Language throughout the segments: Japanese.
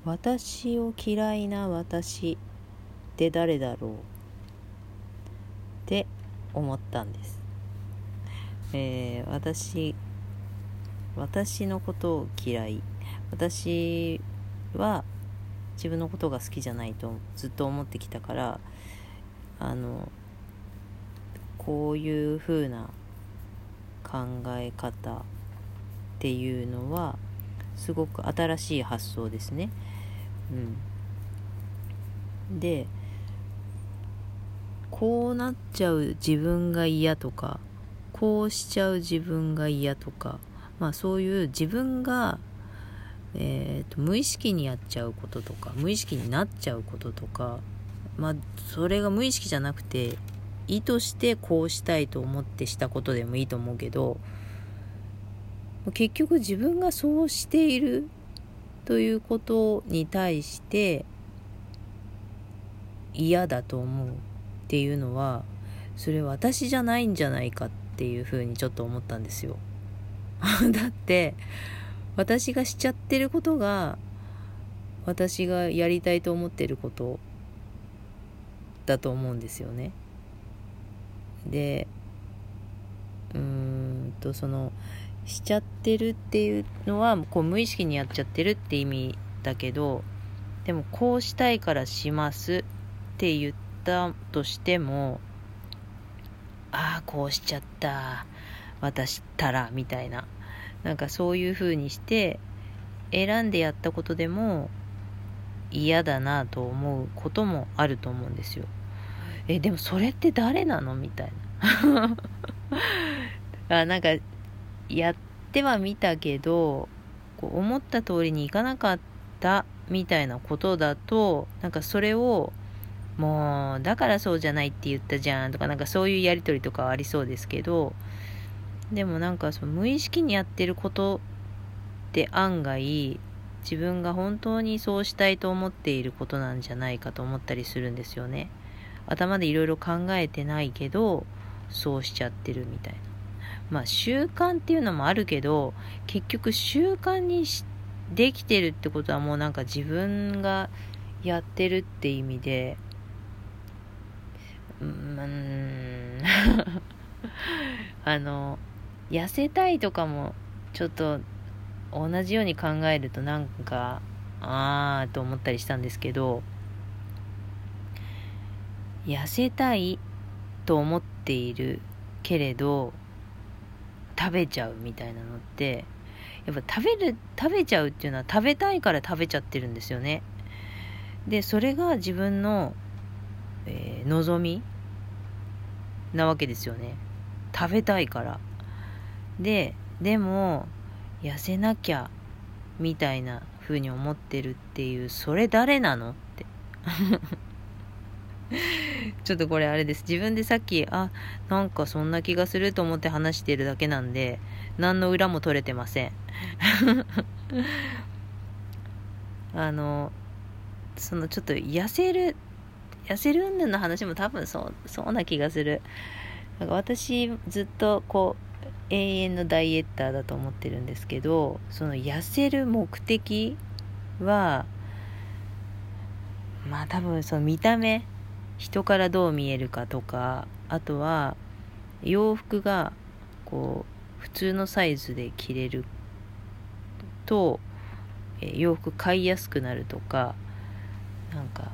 私を嫌いな私って誰だろうって思ったんです。私のことを嫌い、私は自分のことが好きじゃないとずっと思ってきたから、こういう風な考え方っていうのはすごく新しい発想ですね。で、こうなっちゃう自分が嫌とか、こうしちゃう自分が嫌とか、そういう自分が、無意識にやっちゃうこととか、無意識になっちゃうこととか、それが無意識じゃなくて意図してこうしたいと思ってしたことでもいいと思うけど、結局自分がそうしているということに対して嫌だと思うっていうのは、それ私じゃないんじゃないかっていうふうにちょっと思ったんですよ。だって私がしちゃってることが私がやりたいと思ってることだと思うんですよね。で、そのしちゃってるっていうのはこう無意識にやっちゃってるって意味だけど、でもこうしたいからしますって言ったとしても、こうしちゃった私ったらみたいな、なんかそういう風にして選んでやったことでも嫌だなと思うこともあると思うんですよ。でもそれって誰なのみたいななんかやってはみたけどこう思った通りにいかなかったみたいなことだと、なんかそれをもうだからそうじゃないって言ったじゃんとか、なんかそういうやり取りとかはありそうですけど、でもなんかその無意識にやってることって案外自分が本当にそうしたいと思っていることなんじゃないかと思ったりするんですよね。頭でいろいろ考えてないけどそうしちゃってるみたいな。習慣っていうのもあるけど、結局習慣にできてるってことはもうなんか自分がやってるって意味で、痩せたいとかもちょっと同じように考えるとなんかと思ったりしたんですけど、痩せたいと思っているけれど食べちゃうみたいなのって、やっぱ食べちゃうっていうのは食べたいから食べちゃってるんですよね。でそれが自分の、望みなわけですよね。食べたいからでも痩せなきゃみたいな風に思ってるっていう、それ誰なのってちょっとこれあれです。自分でさっきなんかそんな気がすると思って話してるだけなんで、何の裏も取れてませんそのちょっと痩せる云々の話も多分そうな気がする。なんか私ずっとこう永遠のダイエッターだと思ってるんですけど、その痩せる目的は多分その見た目、人からどう見えるかとか、あとは洋服がこう普通のサイズで着れると洋服買いやすくなるとか、なんか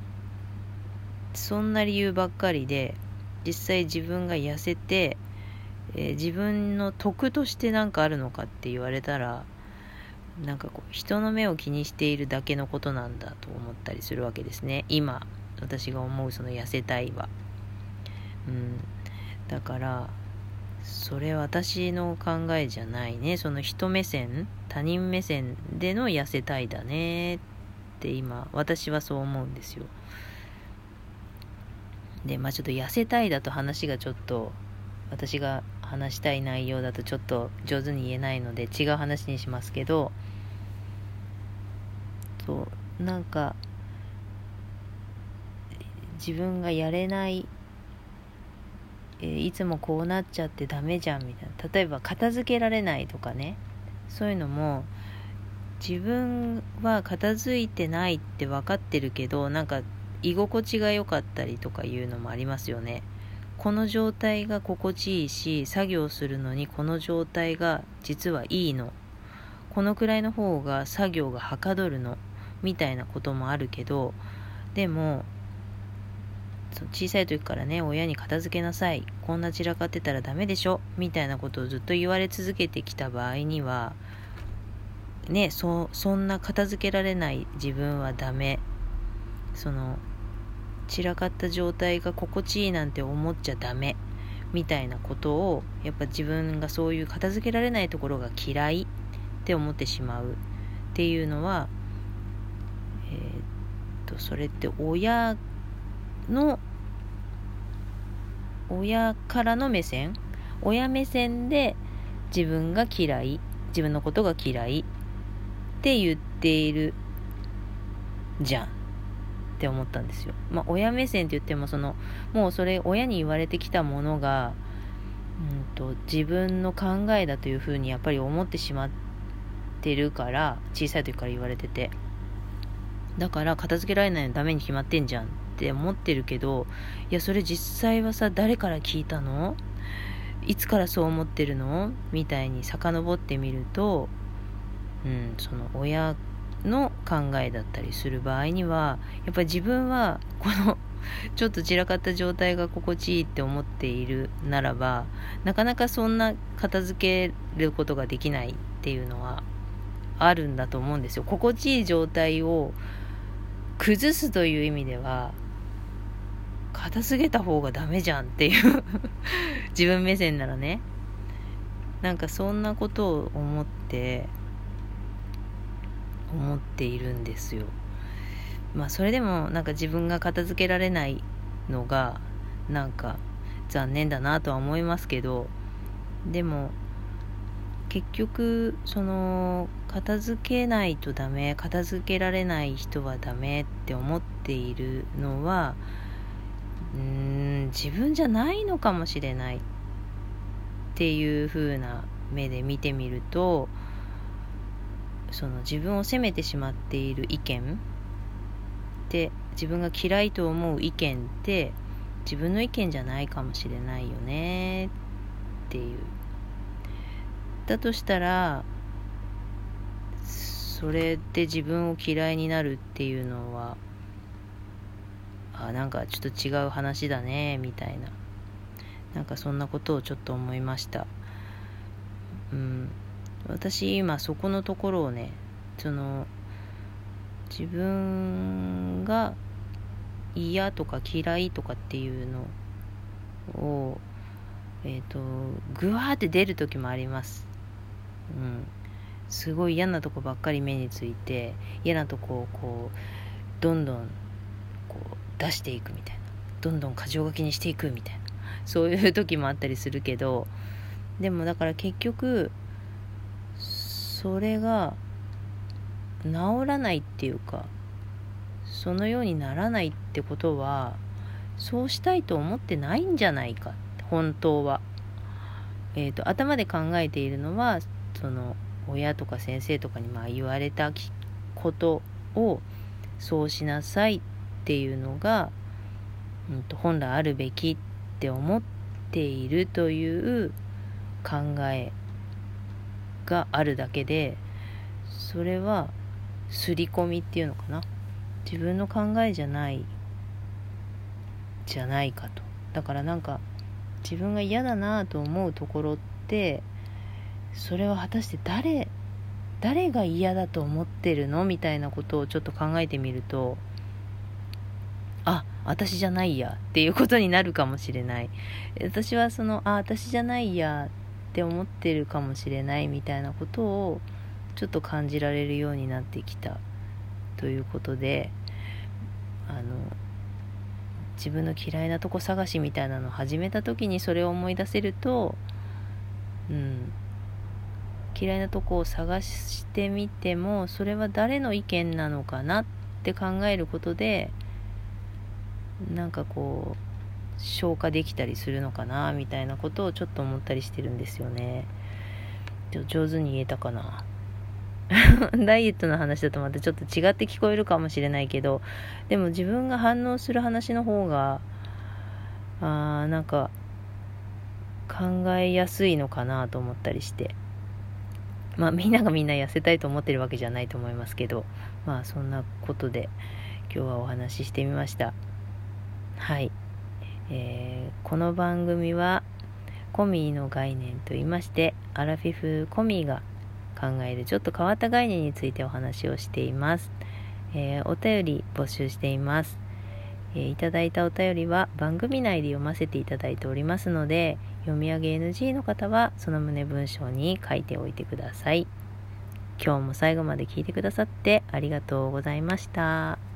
そんな理由ばっかりで、実際自分が痩せて、自分の得として何かあるのかって言われたら、なんかこう人の目を気にしているだけのことなんだと思ったりするわけですね。今私が思うその痩せたいは、だからそれ私の考えじゃないね。その人目線、他人目線での痩せたいだねって今私はそう思うんですよ。でちょっと痩せたいだと話がちょっと私が話したい内容だとちょっと上手に言えないので違う話にしますけど、なんか自分がやれない、いつもこうなっちゃってダメじゃんみたいな、例えば片付けられないとかね、そういうのも自分は片付いてないって分かってるけど、なんか居心地が良かったりとかいうのもありますよね。この状態が心地いいし、作業するのにこの状態が実はいいの、このくらいの方が作業がはかどるのみたいなこともあるけど、でも小さい時からね、親に片付けなさい、こんな散らかってたらダメでしょみたいなことをずっと言われ続けてきた場合にはね、そんな片付けられない自分はダメ、その散らかった状態が心地いいなんて思っちゃダメみたいなことを、やっぱ自分がそういう片付けられないところが嫌いって思ってしまうっていうのは、それって親からの目線、親目線で自分が嫌い、自分のことが嫌いって言っているじゃんって思ったんですよ。親目線って言ってももうそれ親に言われてきたものが、自分の考えだというふうにやっぱり思ってしまってるから、小さい時から言われてて、だから片付けられないのダメに決まってんじゃんって思ってるけど、いやそれ実際はさ、誰から聞いたの、いつからそう思ってるのみたいに遡ってみると、その親の考えだったりする場合には、やっぱり自分はこのちょっと散らかった状態が心地いいって思っているならば、なかなかそんな片付けることができないっていうのはあるんだと思うんですよ。心地いい状態を崩すという意味では片付けた方がダメじゃんっていう自分目線ならね、なんかそんなことを思っているんですよ。それでもなんか自分が片付けられないのがなんか残念だなとは思いますけど、でも結局片付けないとダメ、片付けられない人はダメって思っているのは自分じゃないのかもしれないっていう風な目で見てみると、自分を責めてしまっている意見って、自分が嫌いと思う意見って自分の意見じゃないかもしれないよねっていう。だとしたらそれで自分を嫌いになるっていうのはなんかちょっと違う話だねみたいな、なんかそんなことをちょっと思いました。私今そこのところをね、自分が嫌とか嫌いとかっていうのをぐわーって出る時もあります。すごい嫌なとこばっかり目について、嫌なとこをこうどんどんこう出していくみたいな、どんどん箇条書きにしていくみたいな、そういう時もあったりするけど、でもだから結局それが治らないっていうか、そのようにならないってことはそうしたいと思ってないんじゃないか、本当は。頭で考えているのは親とか先生とかに言われたことをそうしなさいっていうのが、本来あるべきって思っているという考えがあるだけで、それは刷り込みっていうのかな、自分の考えじゃないかと。だからなんか自分が嫌だなと思うところって、それは果たして誰が嫌だと思ってるのみたいなことをちょっと考えてみると、私じゃないやっていうことになるかもしれない。私は私じゃないやって思ってるかもしれないみたいなことをちょっと感じられるようになってきたということで、自分の嫌いなとこ探しみたいなのを始めた時にそれを思い出せると、嫌いなとこを探してみても、それは誰の意見なのかなって考えることで、なんかこう消化できたりするのかなみたいなことをちょっと思ったりしてるんですよね。上手に言えたかな。 ダイエットの話だとまたちょっと違って聞こえるかもしれないけど、でも自分が反応する話の方がなんか考えやすいのかなと思ったりして、みんながみんな痩せたいと思ってるわけじゃないと思いますけど、そんなことで今日はお話ししてみました。はい、この番組はコミーの概念と言いまして、アラフィフコミーが考えるちょっと変わった概念についてお話をしています。お便り募集しています。いただいたお便りは番組内で読ませていただいておりますので、読み上げ NG の方はその旨文章に書いておいてください。今日も最後まで聞いてくださってありがとうございました。